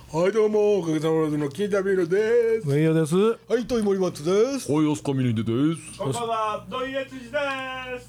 はいどうもおかげさまでの金田ビールです。 上与です。 はいとい森松です。 はい、オスカミニデです。 こんばんは、土井悦司です。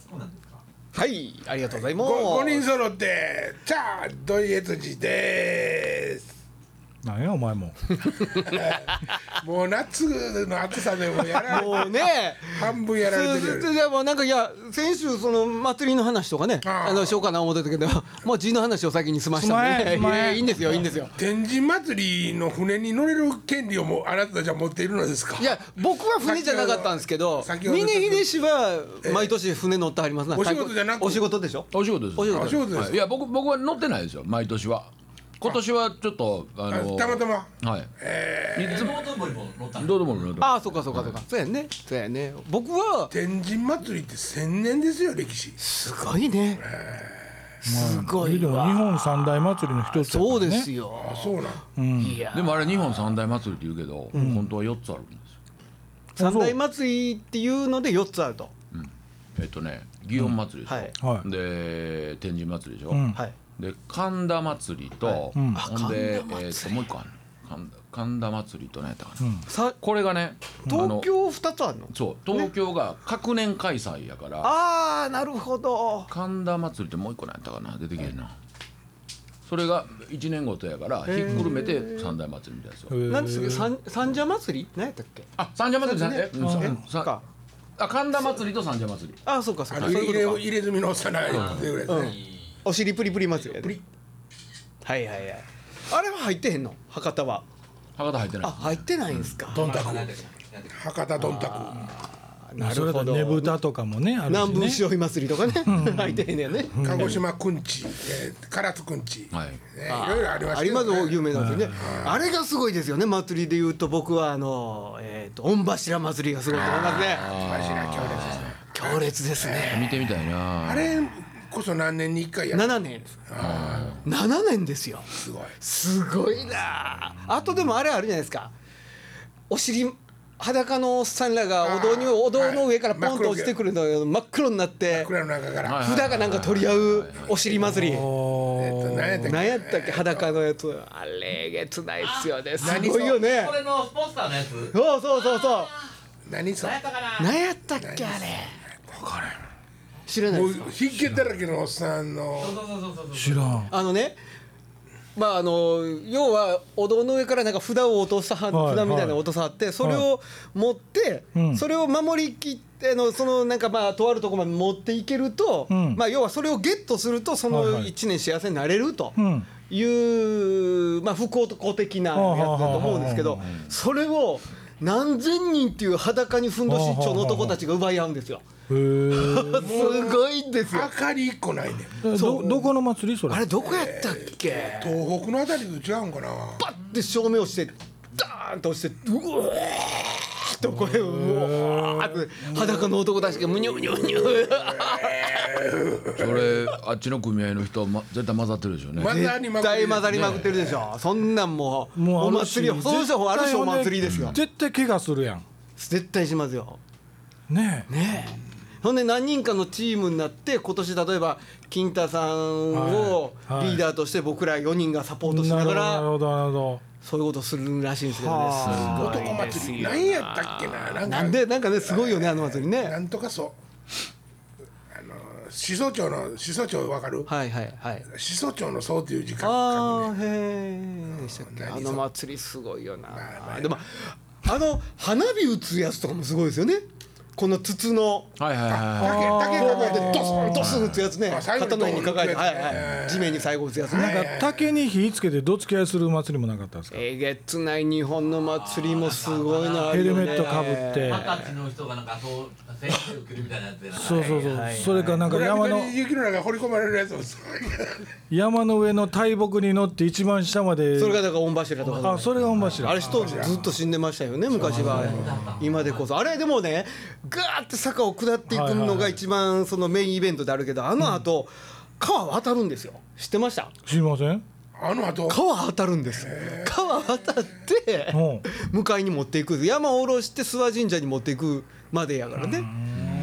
はいありがとうございます。 5人揃ってじゃあ土井悦司です。 なんやお前も。 もう夏の暑さでもやられもうね半分やられてるよ。 でもなんかいや先週その祭りの話とかねしようかな思ってたけどもう字の話を先に済ましたんでね。いやいいんですよいいんですよ。 天神祭りの船に乗れる権利をもうあなたたちは持っているのですか。 いや僕は船じゃなかったんですけど峰秀氏は毎年船乗ってはりますな。 お仕事じゃなくお仕事でしょ。 お仕事です。 お仕事です。 いや僕は乗ってないですよ毎年は。今年はちょっとたまたまはい。いつもどうでも乗った。 ああそうかそうかそうかそうやねそうやね。僕は天神祭りって1000年ですよ歴史。 すごいね。すごいでも日本三大祭りの一つだからね。 そうですよ。 あそうなん。 いやでもあれ日本三大祭りって言うけど本当は4つあるんですよ。 三大祭りっていうので4つあると。 祇園祭りでしょ。 はい。 で天神祭りでしょ。 はい。 で神田祭りとほんでもう一個あるの。神田祭りと何やったかな。これがね東京2つあるの。 そう東京が各年開催やからああなるほど。 神田祭りってもう一個何やったかな出てけへんな。それが1年ごとやからひっくるめて三大祭りみたいですよ。 なんですけど三社祭り何やったっけ。 あ三社祭りね。 か神田祭りと三社祭り。 あそうかそうか。 入れ墨の幼いってぐらいですね。 お尻プリプリ祭りやで。はいはいはい。あれは入ってへんの博多は。 博多入ってない。 あ入ってないんですか。 どんたく博多どんたく。 なるほど。 ねぶたとかもねあるしね。 南部潮干祭りとかね入ってへんねやね。 鹿児島くんち、唐津くんち、いはい。 ろいろありましたありますよね。 有名なんですよね。あれがすごいですよね。祭りでいうと僕は御柱祭りがすごいと思いますね。強烈ですね。 見てみたいな。 あれこそ何年に1回やる。 7年です。7年ですよ。 すごい。 すごいな。あとでもあれあるじゃないですか。お尻裸のおっさんらがお堂の上からポンと落ちてくるのが真っ黒になって蔵の中から札がなんか取り合うお尻祭り。 何やったっけ裸のやつ。あれげつないっすよね。すごいよね。 これのポスターのやつ。 そう何それ。 何やったっけあれ。 分からん。 知らないですか。 もうひげだらけのおっさんの。 知らん。 要はお堂の上からなんか札を落とさ札みたいな落とさってそれを持ってそれを守りきってそのなんかとあるところまで持っていけると要はそれをゲットするとその1年幸せになれるという不幸的なやつだと思うんですけどそれを何千人っていう裸にふんどし一丁の男たちが奪い合うんですよ。すごいんですよ。 明かり1個ないね。 どこの祭りそれ。 あれどこやったっけ。 東北のあたりと違うんかな。 パッて照明をしてダーンと押してうわーっとこれうわーって裸の男たちがムニュムニュムニュそれあっちの組合の人絶対混ざってるでしょうね。 絶対混ざりまくってるでしょ。そんなんもうお祭りそうした方ある種お祭りですよ。 絶対怪我するやん。 絶対しますよ。 ねえ。ほんで何人かのチームになって今年例えば金太さんをリーダーとして僕ら4人がサポートしながらそういうことするらしいんですけどね。 男祭り何やったっけな。 なんかねすごいよねあの祭りね。 なんとかそう。始祖町わかる。 はい始祖町の僧という時間。 あの祭りすごいよな。でも花火打つやつとかもすごいですよね。この筒の竹でドスンドスン打つやつね。肩の上に抱えて地面に最後打つやつね。 なんか竹に火つけてどつき合いする祭りもなかったですか。 えげつない日本の祭りもすごいな。 ヘルメットかぶって二十歳の人がなんかそう先生受けるみたいなやつでな。 そうそれかなんか雪の中掘り込まれるやつもすごい。 山の上の大木に乗って一番下まで。 それがだから御柱とか。 それが御柱。 あれ人ずっと死んでましたよね昔は。今でこそあれでもねガーって坂を下っていくのが一番そのメインイベントであるけどあの後川渡るんですよ。知ってました。 知りません。 あの後川渡るんです。川渡って迎えに持っていく。山を下ろして諏訪神社に持っていくまでやからね。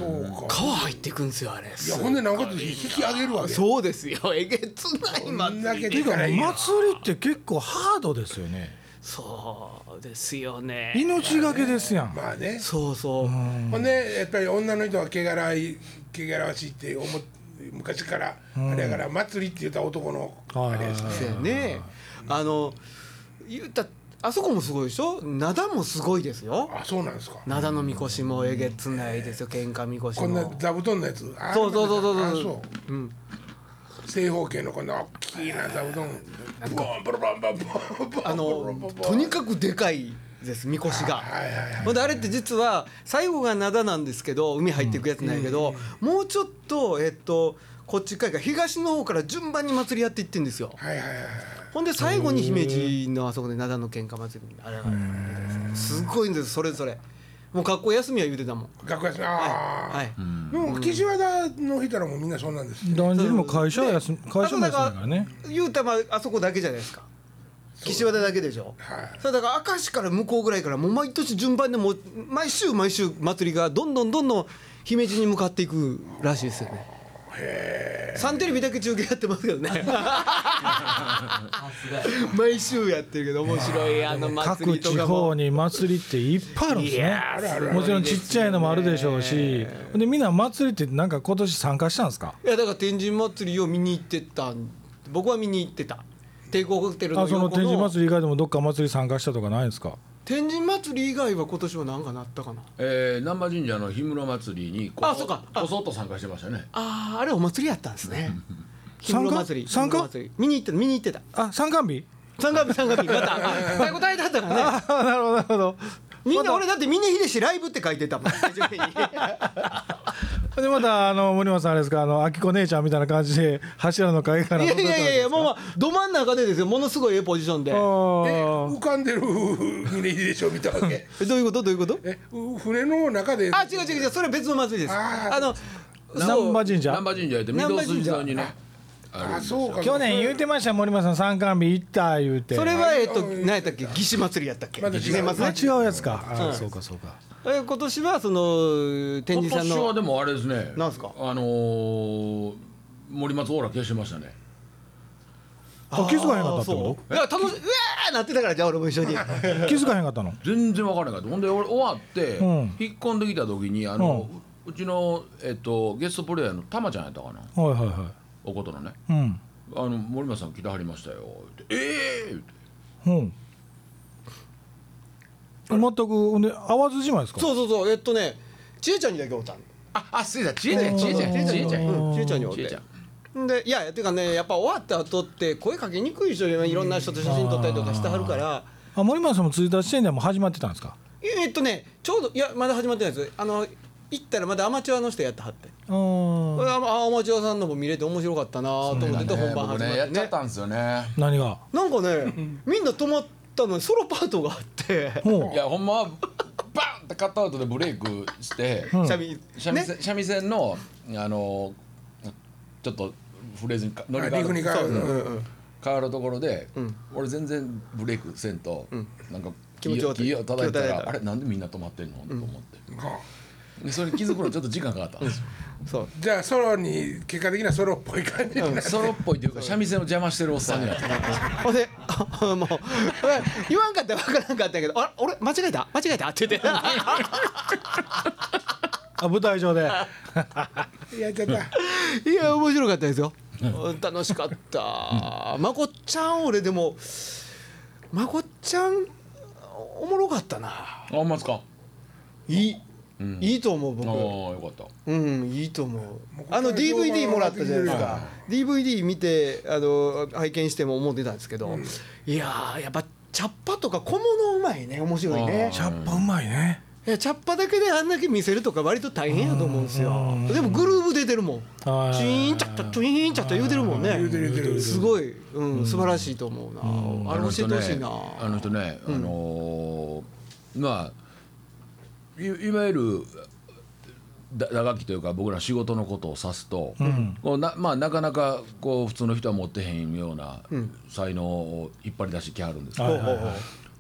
そうか。 皮入っていくんですよあれ。 いやほんでなおかつ引き上げるわけ。 そうですよ。えげつないこんだけ祭り。 てかでかいやん。 祭りって結構ハードですよね。 そうですよね。 命がけですやん。 まあね。 そうそう。 ほんでやっぱり女の人は汚らわしいって昔からあれやから祭りって言ったら男のあれですね。 そうやね。言ったあそこもすごいでしょ。灘もすごいですよ。 あ、そうなんですか。 灘のみこしもえげつないですよ。喧嘩みこしも。 こんな座布団のやつ。あそうそうそうそうあそう。 そううん。 正方形のこんな大きな座布団。ボンボロボンボンボンボンボンボンとにかくでかいですみこしが。 はいはいはい。 ほんであれって実は最後が灘なんですけど、海入っていくやつなんやけど、もうちょっとこっち側が東の方から順番に祭りやっていってんですよ。 はいはいはい。 ほんで最後に姫路のあそこで灘の喧嘩祭りあれすごいんですそれぞれ。もう学校休みは言うてたもん。 学校休み。ああ。 はい。 でも岸和田の人らもみんなそうなんですよ。 だんじりも会社も休みだからね。 言うたらあそこだけじゃないですか。岸和田だけでしょ。 はい。 それだから明石から向こうぐらいからもう毎年順番でもう毎週祭りがどんどん姫路に向かっていくらしいですよね。サンテレビだけ中継やってますけどね。毎週やってるけど面白い祭各りとかも。 地方に祭りっていっぱいあるんですね。もちろんちっちゃいのもあるでしょうし、でみんな祭りってなんか今年参加したんですか？ いやだから天神祭りを見に行ってた。僕は見に行ってた。帝国ホテルのその横天神の祭り以外でもどっか祭り参加したとかないんですか？ 天神祭り以外は今年は何かなったかな。 難波神社の氷室祭りにあそうかこそっと参加してましたね。 あれお祭りやったんですね。氷室祭り。 参加氷室祭り見に行ってた。 あ、参観日？ 参加日また最後大変だったからね。 あ、なるほどなるほど。 みんな俺だって峰秀氏ライブって書いてたもん。 でまた森松さんあれですか、あきこ姉ちゃんみたいな感じで柱の陰からいやもうど真ん中でですよ。ものすごいポジションで。 浮かんでる峰秀氏を見たわけ。 どういうこと？ 船の中で。 あ違うそれ別の祭りです。 あ難波神社。 難波神社やって御堂筋沿いにね。 あ、そうか。 去年言うてました森松さん、参観日行った言うて。 それは何やったっけ？義士祭りやったっけ？ まだ違う年末ね。 違うやつか。あ、そうかそうか。 今年はその天神さんの今年はでもあれですね。 なんすか？ 森松オーラ消してましたね。 あ、気づかへんかったってこいや楽しいうわーなってたからじゃあ俺も一緒に。 と？気づかへんかったの？ 全然分からなかった。ほんで俺終わってうん引っ込んできた時にうちのゲストプレイヤーのたまちゃんやったかな。 はいはいはおことのね。 い。うん。 森松さん来てはりましたよって言ってうん。全くね、淡路島ですか？ そう千恵ちゃんにだけおったん。 そうだ、ちえちゃん。 千恵ちゃんにおってちえちゃん。 でいやてかねやっぱ終わった後って声かけにくい人いろんな人と写真撮ったりとかしてはるから。 あ、森松さんも1日時点でもう始まってたんですか？ ちょうどいやまだ始まってないです。行ったらまだアマチュアの人やってはって。アマチュアさんのも見れて面白かったなと思ってて本番始まってね。 やっちゃったんですよね。 何が？ なんかねみんな止まったのにソロパートがあってほいやほんまはバンってカットアウトでブレイクしてうん三味線のちょっとフレーズに乗りリフに変わる。 変わるところで、 ん俺全然ブレイクせんと、なんか気持ちよ気を叩いた気を叩いたらあれなんでみんな止まってんの、と思ってはでそれ気づくのちょっと時間かかったんですよ、 そうあじゃあソロに結果的なソロっぽい感じになって。 ソロっぽいというか三味線を邪魔してるおっさんになってほんでもう言わんかったら分からんかったんやけどあ俺間違えたって言ってあ、舞台上で。 やっちゃった。 いや面白かったですよ楽しかったまこっちゃん俺でもまこっちゃんおもろかったなあほんまですか。 いいと思う僕ああよかったいいと思うDVD もらったじゃないですか DVD 見て拝見しても思ってたんですけど、いやーやっぱ茶っ葉とか小物うまいね面白いね茶っ葉うまいね。 いや茶っ葉だけであんだけ見せるとか割と大変やと思うんですよでもグルーヴ出てるもんチあーーンチャッタチュイーンチャッタ言うてるもんね言うてるすごい素晴らしいと思うな教えてほしいなあの人ねまあいわゆる打楽器というか僕ら仕事のことを指すと、こうなかなかこう普通の人は持ってへんような才能を引っ張り出してきはるんですけど、 はいはいはい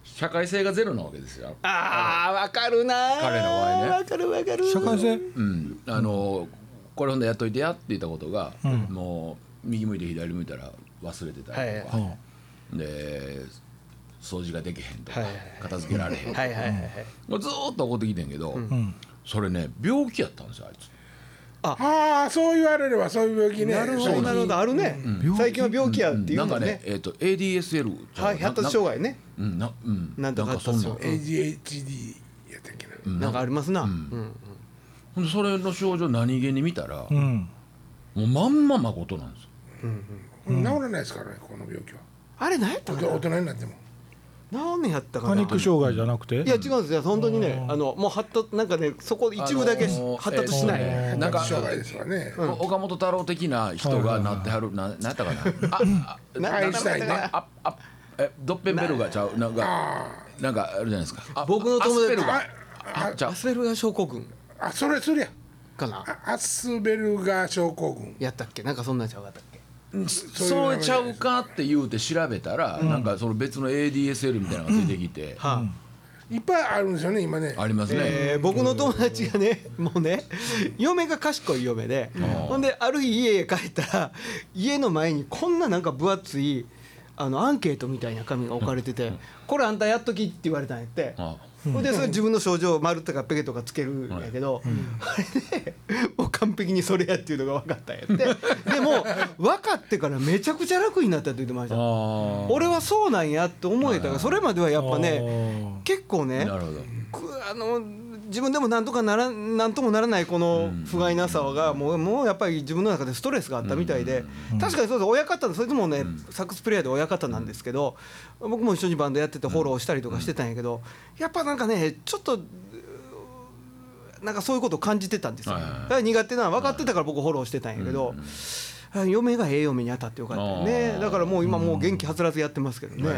社会性がゼロなわけですよ。 わかるな彼の場合ねわかるわかる。 社会性、 これほんでやっといてやって言ったことが、もう右向いて左向いたら忘れてたりとか、で掃除ができへんとか、片付けられへんとか、もうずーっと怒ってきてんけど、それね病気やったんですよあいつ。 ああそう言われればそういう病気ね。 なるほどなるほど、あるね、最近は病気やって言うもんね。 ADSL 発達障害ね。 なんとか発達障害 ADHD やったっけな。 なんかありますな。 ほんでそれの症状何気に見たら、もうまんま誠なんですよ。 治らないですからねこの病気は。 あれ何やったかな。 大人になっても。 何年やったかな。 パニック障害じゃなくて、 いや違うんですよ本当にね、もう発達なんかねそこ一部だけ発達しない。 なんか障害ですわね。 岡本太郎的な人がなってはる、なんやったかな。 アインシュタインね。 ドッペンベルガーちゃう、なんかあるじゃないですか。 僕の友達アスペルガーアスペルガー症候群それやかな。 アスベルガー症候群やったっけ、なんかそんなんちゃうかったっけ。 そうちゃうかって言うて調べたら、なんかその別の ADSL みたいなのが出てきて、 いっぱいあるんですよね今ね。 ありますね。 僕の友達がねもうね嫁が賢い嫁で、ほんである日家へ帰ったら家の前にこんななんか分厚いアンケートみたいな紙が置かれてて、これあんたやっときって言われたんやって。でそれ自分の症状丸とかペケとかつけるんやけど、あれでもう完璧にそれやっていうのが分かったんやって。でも分かってからめちゃくちゃ楽になったって言ってました。俺はそうなんやって思えたから、それまではやっぱね結構ね、自分でもなんともならないこの不甲斐なさがもうやっぱり自分の中でストレスがあったみたいで、確かにそうです。親方それともねサックスプレイヤーで親方なんですけど、僕も一緒にバンドやっててフォローしたりとかしてたんやけど、やっぱなんかねちょっとなんかそういうことを感じてたんですよ。だから苦手なのは分かってたから僕フォローしてたんやけど、嫁が嫁に当たってよかったよね。だからもう今もう元気はつらずやってますけどね。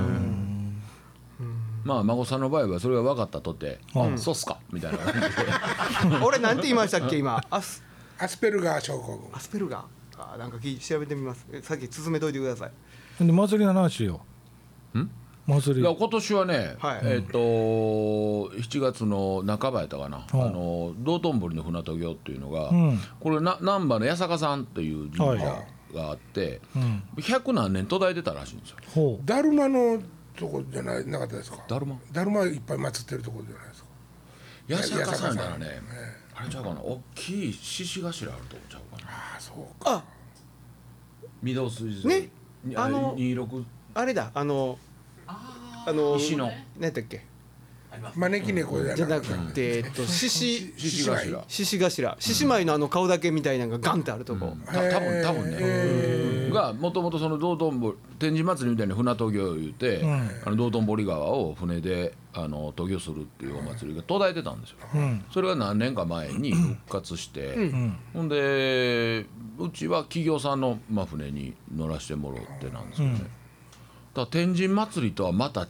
まあ孫さんの場合はそれが分かったとって「そうっすか」みたいな感じで俺なんて言いましたっけ今。 アスペルガー症候群。 アスペルガーなんか調べてみます。さっき進めといてください。 で祭りの話よ。祭り。 今年はね、7月の半ばやったかな、道頓堀の船渡行っていうのが、これ難波の八坂さんという神社があって、100何年途絶えてたらしいんですよ。 だるまのとこじゃなかったですか。 だるまいっぱい祀ってるとこじゃないですか。 八坂さんならね、あれちゃうかな、大きい獅子頭あるとこちゃうかな。 ああそうか。 御堂筋ね、 26 あれだ石の何だっけ、 招き猫じゃなくて獅子頭獅子舞の顔だけみたいなのがガンってあるとこ、 多分ねがもともとその道頓堀天神祭りみたいな船渡御を言うて、道頓堀川を船で渡御するっていうお祭りが途絶えてたんですよ。それが何年か前に復活して、ほんでうちは企業さんの船に乗らせてもらってなんですよね。だから天神祭りとはまた違う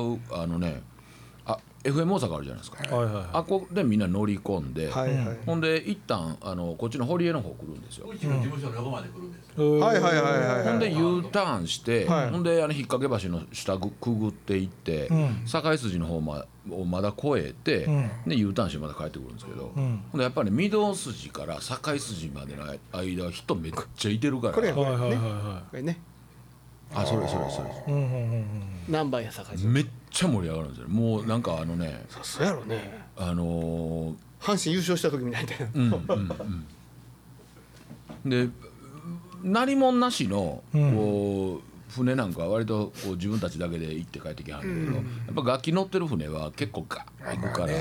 FM 大阪あるじゃないですか、あこでみんな乗り込んで、ほんで一旦こっちの堀江の方来るんですよ。 うちの事務所の横まで来るんですよ。 ほんで U ターンして、ほんで引っ掛け橋の下くぐっていって、堺筋の方をまだ越えて、で U ターンしてまた帰ってくるんですけど、ほんでやっぱり御堂筋から堺筋までの間は人めっちゃいてるから。 これね、 それ何番やさかめっちゃ盛り上がるんですよ。もうなんかそうやろね、阪神優勝した時みたいな、で鳴り物なしのこう船なんかは割とこう自分たちだけで行って帰ってきはるんだけど、やっぱ楽器乗ってる船は結構ガーッ行くから、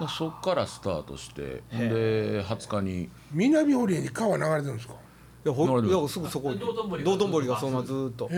そっからスタートして、で20日に南堀江に川流れてるんですか。 いやすぐそこ道頓堀がそのままずーっと、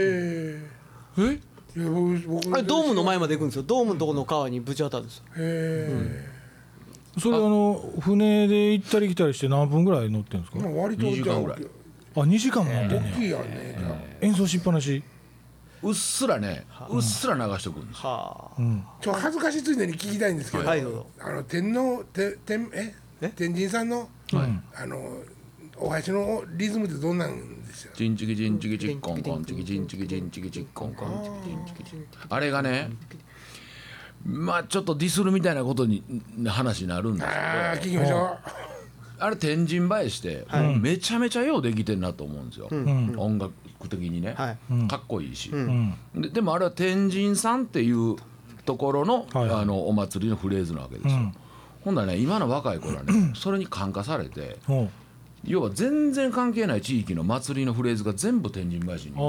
あれドームの前まで行くんですよ。ドームのとこの川にぶち当たるんですよ。 それ船で行ったり来たりして何分ぐらい乗ってるんですか。 割と 2時間ぐらい。 2時間も乗ってんね。 大きいやね。 演奏しっぱなし。 うっすら流しておくんですよ。 恥ずかしいついでに聞きたいんですけど、 はいどうぞ。 天神さんのお囃子のリズムってどんなんですよ。 チンチキチンチキチッコンコンチキチンチキチンチキチッコンコンチキチンチキチンあれがねまあちょっとディスるみたいなことに話になるんですけ聞きましょう。 どあれ天神映えしてめちゃめちゃようできてんなと思うんですよ、音楽的にね、かっこいいし、でもあれは天神さんっていうところの、お祭りのフレーズなわけですよ、ほんならね今の若い子らねそれに感化されて要は全然関係ない地域の祭りのフレーズが全部天神囃子に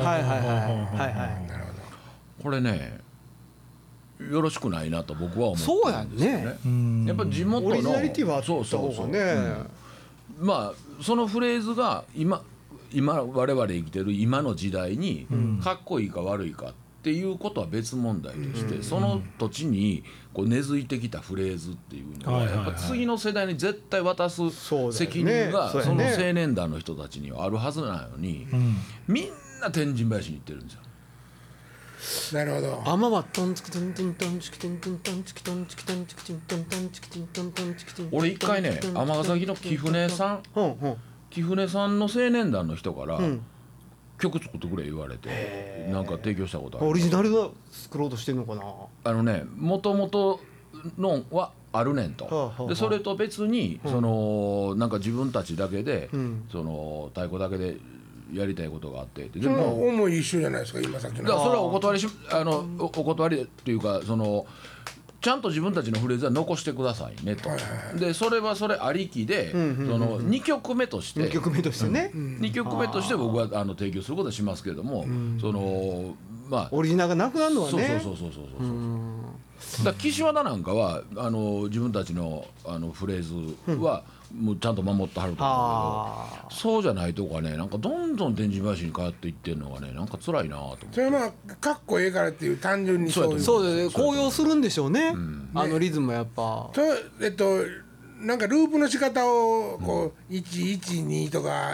これねよろしくないなと僕は思ってるんですよね。やっぱ地元のオリジナリティはあった方がね、 まあそのフレーズが今我々生きてる今の時代にかっこいいか悪いかっていうことは別問題としてその土地にこう根付いてきたフレーズっていうのはやっぱ次の世代に絶対渡す責任がその青年団の人たちにはあるはずなのにみんな天神囃子に行ってるんですよ。 なるほど。 雨はトンチキトントントンチキトントントンチキトンチキトンチキトントントンチキトントントンチキトン。 俺一回ね尼崎の貴船さんの青年団の人から曲作ってくれ言われてなんか提供したことある。 オリジナルは作ろうとしてんのかな。 もともとのはあるねんと。でそれと別にそのなんか自分たちだけでその太鼓だけでやりたいことがあってでも思い一緒じゃないですか今さっきの。 だからそれはお断りっていうかそのちゃんと自分たちのフレーズは残してくださいねと。でそれはそれありきでその2曲目として 2曲目としてね 2曲目として僕は提供することはしますけれどもそのまあオリジナルがなくなるのはね。 そうだから岸和田なんかは自分たちのフレーズはもうちゃんと守ってはると思うけどそうじゃないとこはねなんかどんどん天神囃子に変わっていってるのがねなんか辛いなと思って。 それはまあかっこええからっていう単純にそういうそうで高揚するんでしょうね、リズムやっぱなんかループの仕方をこう112とか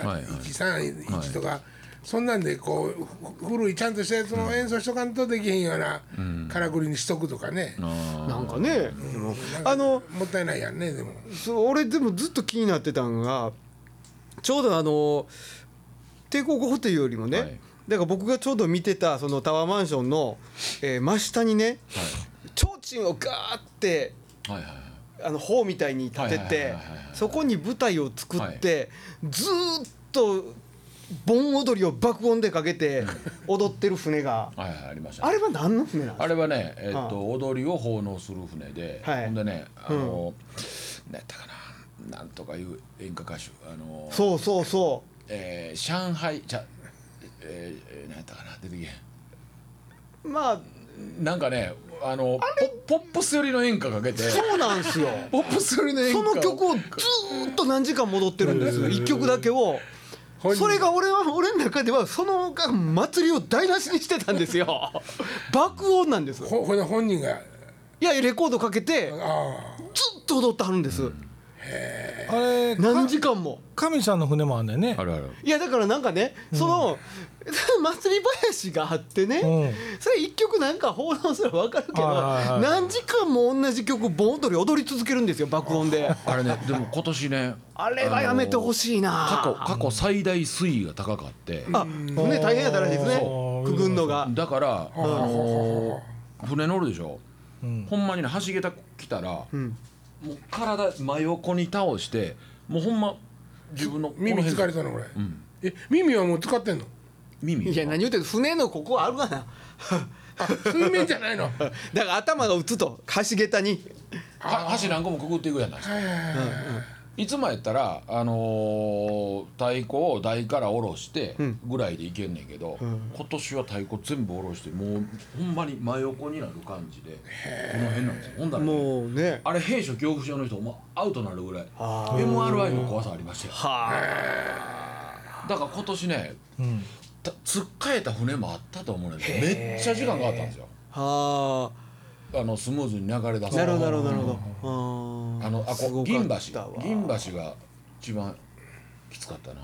131とかそんなんでこう古いちゃんとしたやつの演奏しとかんとできへんようなからくりにしとくとかね、 なんかねもったいないやんね。でも俺でもずっと気になってたのがちょうど帝国ホテルよりもね、だから僕がちょうど見てたそのタワーマンションの、真下にね提灯をガーって砲みたいに立ててそこに舞台を作ってずっと盆踊りを爆音でかけて踊ってる船がありました。 あれは何の船なんですか。 あれはね踊りを奉納する船でほんでね何やったかななんとかいう演歌歌手そう上海何やったかな出てけへん。 まあなんかねポップス寄りの演歌かけてそうなんですよポップス寄りの演歌その曲をずーっと何時間戻ってるんですよ1曲だけを。それが俺の中ではその祭りを台無しにしてたんですよ爆音なんです。 本人がいやレコードかけてずっと踊ってはるんです。 あれ何時間も神さんの船もあんだよね。 いやだからなんかねその祭り林があってねそれ一曲なんか奉納すれば分かるけど何時間も同じ曲盆踊り踊り続けるんですよ爆音で。 あれねでも今年ねあれはやめてほしいな。 過去最大水位が高かって船大変やったらしいですねくぐんのが。 だから船乗るでしょほんまにね橋桁来たらもう体真横に倒してもうほんま自分のこの耳辺疲れたのこれ、耳はもう使ってんの。 耳いや何言ってる船のここあるかな水面じゃないのだから頭が打つと橋桁に橋何個もくぐっていくやないですか。いつもやったら太鼓を台から下ろしてぐらいでいけんねんけど、今年は太鼓全部下ろしてもうほんまに真横になる感じでこの辺なんですよ。ほんだら、 もうねあれ兵所恐怖症の人もアウトになるぐらい MRI の怖さありましたよ。だから今年ね、つっかえた船もあったと思うんですよ。めっちゃ時間かかったんですよ。 はスムーズに流れ出す。 なるほどなるほどなるほど。 銀橋が一番きつかったな。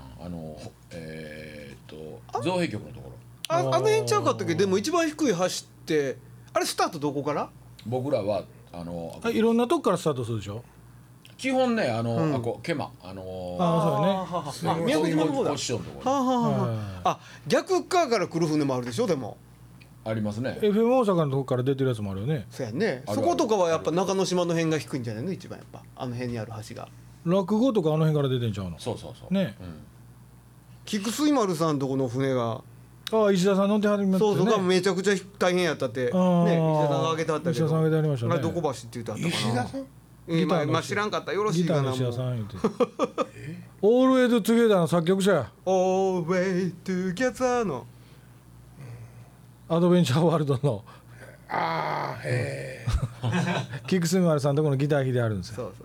造幣局のところ。 あの辺ちゃうかったけどでも一番低い走ってあれスタートどこから？ 僕らはいろんなとこからスタートするでしょ。 基本ねケマそうよね宮古島の方だ。 ポジションのところはあはあはあ。逆側から来る船もあるでしょでも。 ありますね。 FM 大阪のとこから出てるやつもあるよね。 そうやね。 あるそことかはやっぱ中之島の辺が低いんじゃないの一番やっぱあの辺にある橋が。 落語とかあの辺から出てんちゃうの。 そうそうそうね。 菊水丸さんとこの船が。 石田さん乗ってはりましたね。 そうそうがめちゃくちゃ大変やったってね石田さんが挙げてはったけど。 石田さん挙げてはりましたね。 あれどこ橋って言ってはったかな。 石田さんまあ知らんかったよろしいかな。 ギターの石田さん言うてオールウェイズトゥゲダーの作曲者や。 オールウェイトゥギャザーのアドベンチャーワールドのああへえ菊水丸さんとこのギター弾いてあるんですよ。 そうそう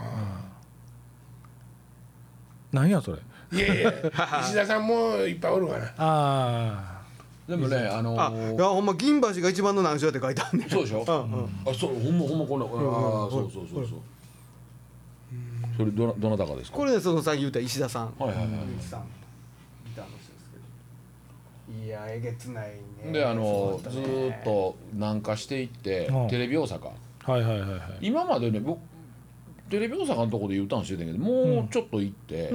何やそれ。 いやいや石田さんもいっぱいおるかな。 あでもねいやほんま銀橋が一番の難所って書いてあるね。 そうでしょ。あそうほんまこんなそうそれどなたかですか。 これねそのさっき言った石田さん。 はいはいはい石さんギターの人ですけど。いやえげつないね。 でずーっと南下していってテレビ大阪はいはいはいはい。 今までね僕テレビ大阪のとこで U ターンしてたけどもうちょっと行って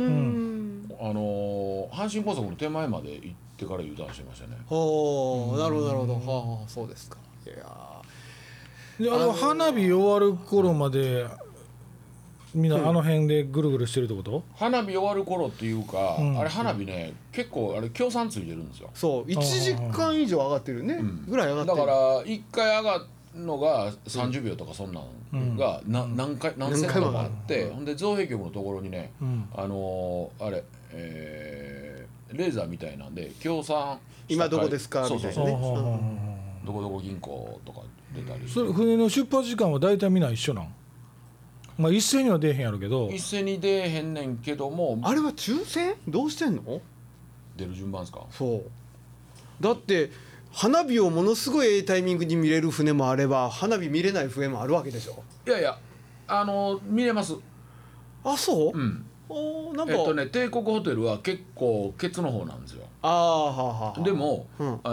阪神高速の手前まで行ってから U ターンしてましたね。 ほうなるほどなるほど。はあそうですか。いやで花火終わる頃までみんなあの辺でぐるぐるしてるってこと？ 花火終わる頃っていうかあれ花火ね結構あれ協賛ついてるんですよ。 そう1時間以上上がってるねぐらい上がってる。 だから1回上がるのが30秒とかそんなんが何セットもあってほんで造幣局のところにねあれレーザーみたいなんで協賛今どこですかみたいなね。 どこどこ銀行とか出たりしてそれ船の出発時間は大体みんな一緒なん？まあ一斉には出えへんやろけど一斉に出えへんねんけどもあれは抽選どうしてんの？ 出る順番ですか。 そうだって花火をものすごいタイミングに見れる船もあれば花火見れない船もあるわけでしょ。 いやいや見れます。 あそう、なんか帝国ホテルは結構ケツの方なんですよ。 はあはあでも、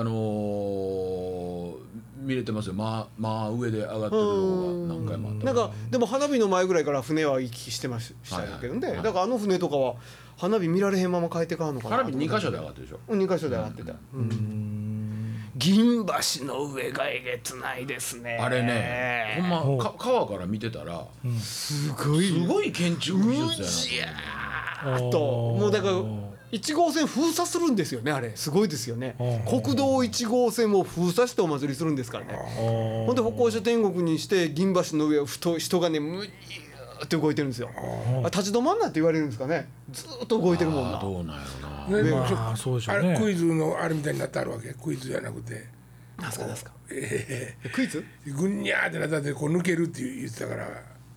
うん見れてますよ。上で上がってるのが何回もあった。 なんかでも花火の前ぐらいから船は行き来してましたけどね、だからあの船とかは花火見られへんまま帰ってかんのかな。 花火2箇所で上がってるでしょ。 2箇所で上がってた。銀橋の上がえげつないですね。 あれねほんま川から見てたらすごい建築技術やなともうだから1号線封鎖するんですよね。あれすごいですよね。国道1号線を封鎖してお祭りするんですからね。ほんで歩行者天国にして銀橋の上を人がねむにーって動いてるんですよ。立ち止まんなって言われるんですかね。ずーっと動いてるもんな。 どうなんやろな。 そうでしょうね。 クイズのあれみたいになってあるわけ。クイズじゃなくてなんすかクイズぐんにゃーってなったってこう抜けるって言ってたから。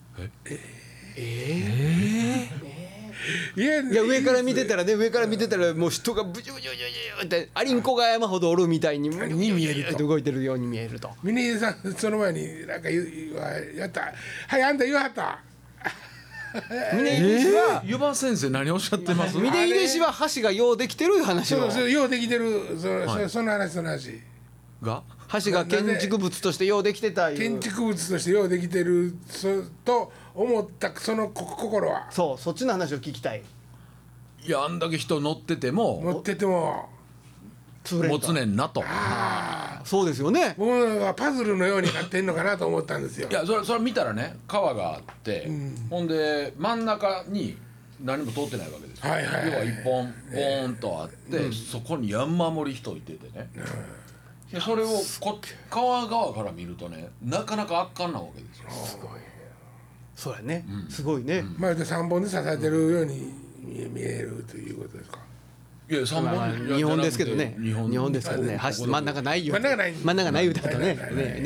いや上から見てたらね、上から見てたらもう人がブジュブジュブジュってアリンコが山ほどおるみたいに見えると動いてるように見えると。 峰秀さんその前になんかやったはいあんた言わはった峰秀氏は湯葉先生何おっしゃってます？ 峰秀氏は橋がようできてる話を。 そうようできてるその話が橋が建築物としてようできてたいう。 建築物としてようできてると思ったその心はそっちの話を聞きたい。 いやあんだけ人乗ってても乗ってても持つねんなと。 そうですよね。 僕はパズルのようになってんのかなと思ったんですよ。 いやそれ見たらね川があって、ほんで真ん中に何も通ってないわけですよ。 はいはいはい要は一本ボーンとあって、そこに山盛り人いててね、でそれを川側から見るとねなかなか圧巻なわけですよ。すごい。 そうやね、すごいね。 まるで3本で支えてるように見えるということですか。 いや3本日本ですけどね。 日本ですけどね。橋真ん中ないよ。 真ん中ない真ん中ない歌とね。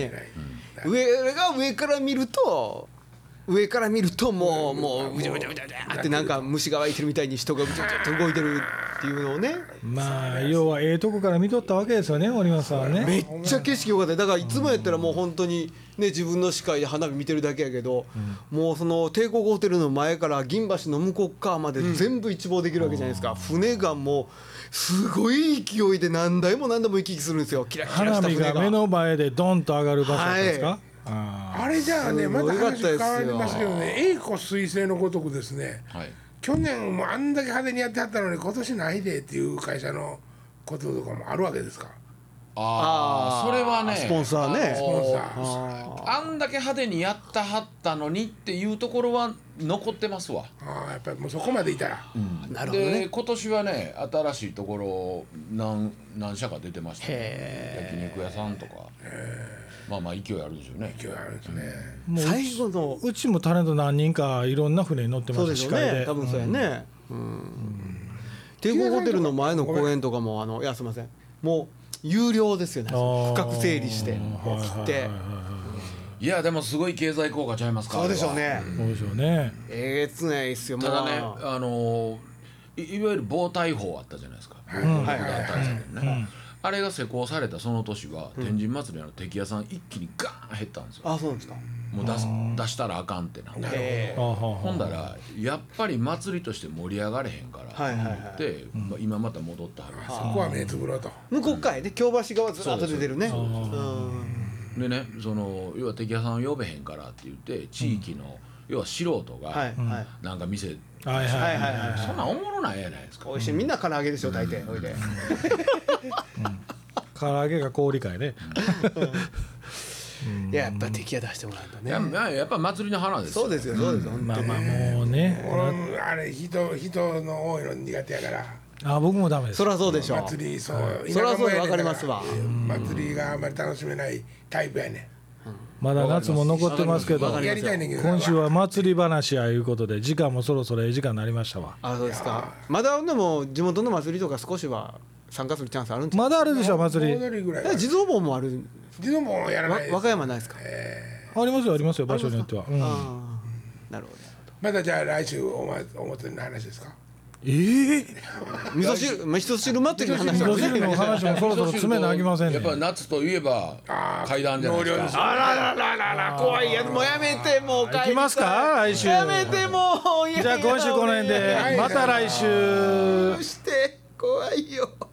上から見るともうぐちゃぐちゃぐちゃってなんか虫が湧いてるみたいに人がぐちゃぐちゃって動いてるっていうのをね。 まあ要はとこから見とったわけですよね森松さんはね。 めっちゃ景色良かった。だからいつもやったらもう本当にね自分の視界で花火見てるだけやけど、もうその帝国ホテルの前から銀橋の向こう側まで全部一望できるわけじゃないですか。船がもうすごい勢いで何台も行き来するんですよ。キラキラした船が。 花火が目の前でドンと上がる場所ですか。 あれじゃあねまた話変わりますけどね、栄枯水星のごとくですね、はい、去年もあんだけ派手にやってはったのに今年ないでっていう会社のこととかもあるわけですか。 それはねスポンサーね、スポンサーあんだけ派手にやったはったのにっていうところは残ってますわ。 やっぱりもうそこまでいたら、 なるほどね。 で今年はね新しいところ何社か出てましたね。焼肉屋さんとかまあ勢いあるでしょうね。 勢いあるんですね。 もう最後のうちもタレント何人かいろんな船に乗ってます。 そうですよね、多分そうやね。帝国ホテルの前の公園とかもいやすみません、もう有料ですよね。深く整理して切って。 いやでもすごい経済効果ちゃいますか。 そうでしょうね。 そうでしょうね。 つないっすよ。 ただねいわゆる暴対法あったじゃないですか。あれが施行されたその年は天神祭りの敵屋さん一気にガーン減ったんですよ。 そうなんですか。 もう出したらあかんってなって、ほんだらやっぱり祭りとして盛り上がれへんからって今また戻ってはるんですよ。 そこは目つぶろうと。 向こうかいね、京橋側ずっと出てるね。 でね、要は敵屋さんを呼べへんからって言って地域の要は素人がなんか店そんなんおもろないやないですか。 おいしい、みんな唐揚げですよ大抵。おいで唐揚げが氷かいね。 いや、やっぱ敵屋出してもらうんだね。やっぱ祭りの花です。 そうですよ、そうですよ。 まあもうね。 あれ人の多いの苦手やから。 僕もダメです。 そりゃそうでしょ。 祭りそりゃそうでわかりますわ。 祭りがあんまり楽しめないタイプやね。 まだ夏も残ってますけど、今週は祭り話やいうことで時間もそろそろ時間になりましたわ。 そうですか。まだでも地元の祭りとか少しは参加するチャンスあるんですか。 まだあるでしょ祭り。 地蔵盆もある。 地蔵盆やらないです。 和歌山ないですか。 ありますよ、ありますよ、場所によっては。 なるほど。 またじゃあ来週お祭りの話ですか。 味噌汁祭りの話。 味噌汁の話もそろそろ詰めなあきませんね。 やっぱ夏といえば階段じゃないですか。 あら怖いやつ、もうやめて、もう行きますか来週。 やめてもう。 じゃあ今週この辺でまた来週。 して怖いよ。